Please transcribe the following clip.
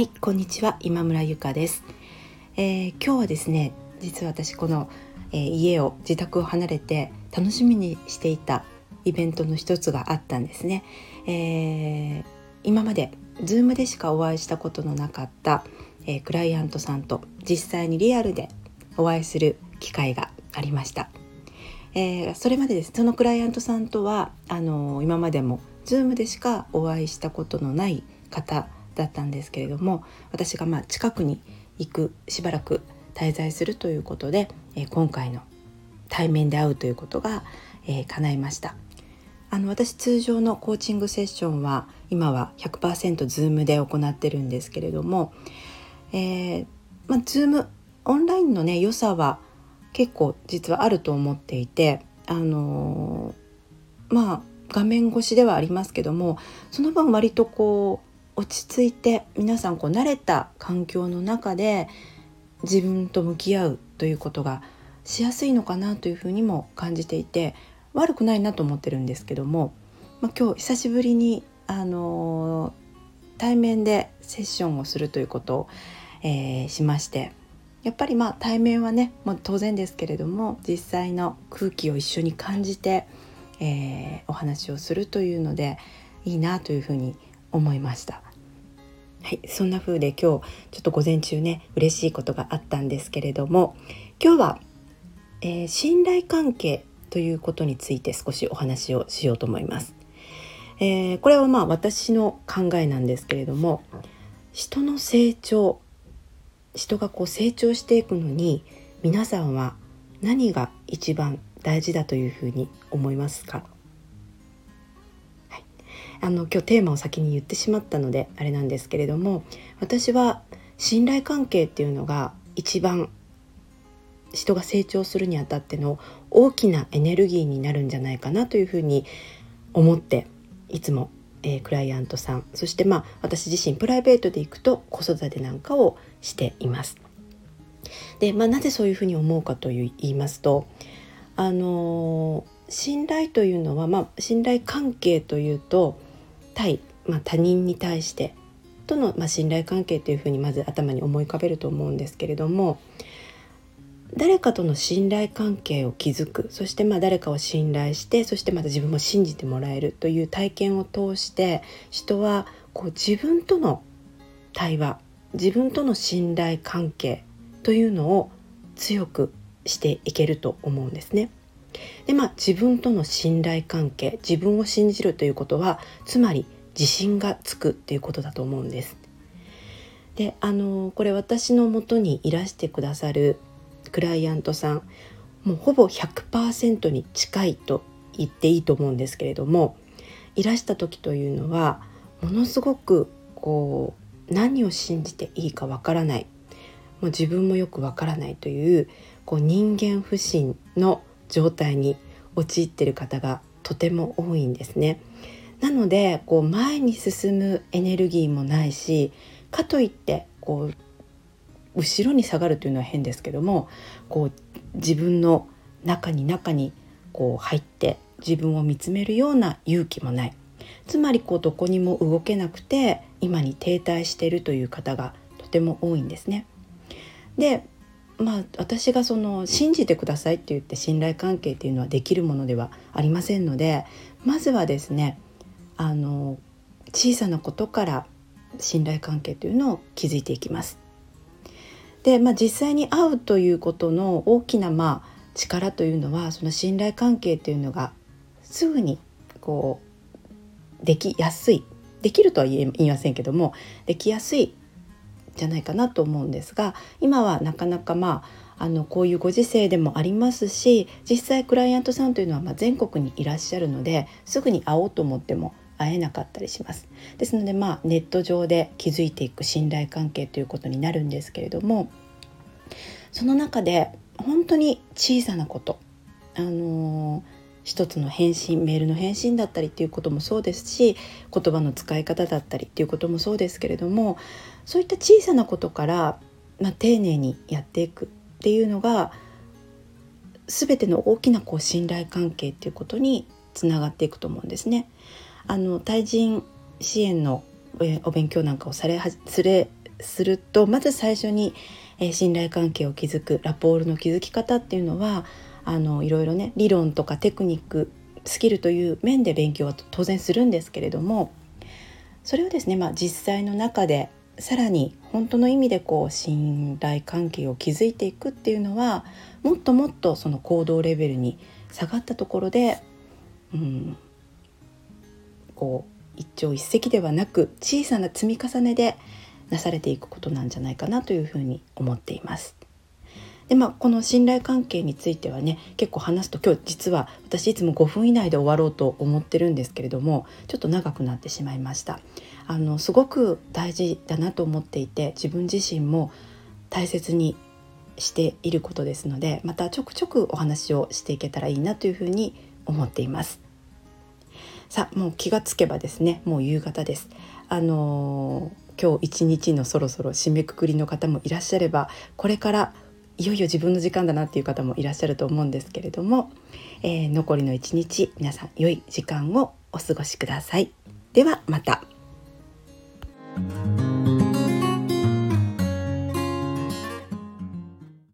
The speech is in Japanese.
はい、こんにちは。今村ゆかです。今日はですね、実は私この、自宅を離れて楽しみにしていたイベントの一つがあったんですね。今まで Zoom でしかお会いしたことのなかった、クライアントさんと実際にリアルでお会いする機会がありました。それまでです、そのクライアントさんとは今までも Zoom でしかお会いしたことのない方だったんですけれども、私が近くにしばらく滞在するということで、今回の対面で会うということが、叶いました。私通常のコーチングセッションは今は 100% Zoom で行ってるんですけれども、Zoom オンラインの良さは結構実はあると思っていて、画面越しではありますけども、その分割と落ち着いて皆さん慣れた環境の中で自分と向き合うということがしやすいのかなというふうにも感じていて、悪くないなと思ってるんですけども、今日久しぶりに、対面でセッションをするということを、しまして、やっぱり対面はね、もう当然ですけれども、実際の空気を一緒に感じて、お話をするというのでいいなというふうに思いました。はい、そんな風で今日ちょっと午前中ね、嬉しいことがあったんですけれども、今日は、信頼関係ということについて少しお話をしようと思います。これは私の考えなんですけれども、人が成長していくのに、皆さんは何が一番大事だというふうに思いますか？今日テーマを先に言ってしまったのであれなんですけれども、私は信頼関係っていうのが一番人が成長するにあたっての大きなエネルギーになるんじゃないかなというふうに思って、いつも、クライアントさん、そして私自身プライベートで行くと子育てなんかをしています。で、なぜそういうふうに思うかと言いますと、信頼というのは、信頼関係というと他人に対してとの、信頼関係というふうにまず頭に思い浮かべると思うんですけれども、誰かとの信頼関係を築く、そして誰かを信頼して、そしてまた自分も信じてもらえるという体験を通して、人は自分との対話、自分との信頼関係というのを強くしていけると思うんですね。で、自分との信頼関係、自分を信じるということは、つまり自信がつくっていうことだと思うんです。で、これ私のもとにいらしてくださるクライアントさん、もうほぼ 100% に近いと言っていいと思うんですけれども、いらした時というのはものすごく何を信じていいかわからない、もう自分もよくわからないという、人間不信の状態に陥っている方がとても多いんですね。なので前に進むエネルギーもないし、かといって後ろに下がるというのは変ですけども、自分の中に入って自分を見つめるような勇気もない。つまりどこにも動けなくて今に停滞しているという方がとても多いんですね。で、私が信じてくださいって言って信頼関係っていうのはできるものではありませんので、まずはですね、小さなことから信頼関係というのを築いていきます。で、実際に会うということの大きな力というのは、その信頼関係というのがすぐにできやすい、できるとは言いませんけども、できやすいじゃないかなと思うんですが、今はなかなかこういうご時世でもありますし、実際クライアントさんというのは全国にいらっしゃるので、すぐに会おうと思っても会えなかったりします。ですのでネット上で築いていく信頼関係ということになるんですけれども、その中で本当に小さなこと、一つの返信、メールの返信だったりっていうこともそうですし、言葉の使い方だったりっていうこともそうですけれども、そういった小さなことから、丁寧にやっていくっていうのが、全ての大きな信頼関係っていうことにつながっていくと思うんですね。対人支援のお勉強なんかをさすると、まず最初に、信頼関係を築くラポールの築き方っていうのはいろいろね、理論とかテクニック、スキルという面で勉強は当然するんですけれども、それをですね、実際の中でさらに本当の意味で信頼関係を築いていくっていうのは、もっともっとその行動レベルに下がったところで、一朝一夕ではなく小さな積み重ねでなされていくことなんじゃないかなというふうに思っています。で、この信頼関係についてはね、結構話すと、今日実は私いつも5分以内で終わろうと思ってるんですけれども、ちょっと長くなってしまいました。すごく大事だなと思っていて、自分自身も大切にしていることですので、またちょくちょくお話をしていけたらいいなというふうに思っています。さあ、もう気がつけばですね、もう夕方です。今日一日のそろそろ締めくくりの方もいらっしゃれば、これからいよいよ自分の時間だなっていう方もいらっしゃると思うんですけれども、残りの一日、皆さん良い時間をお過ごしください。ではまた。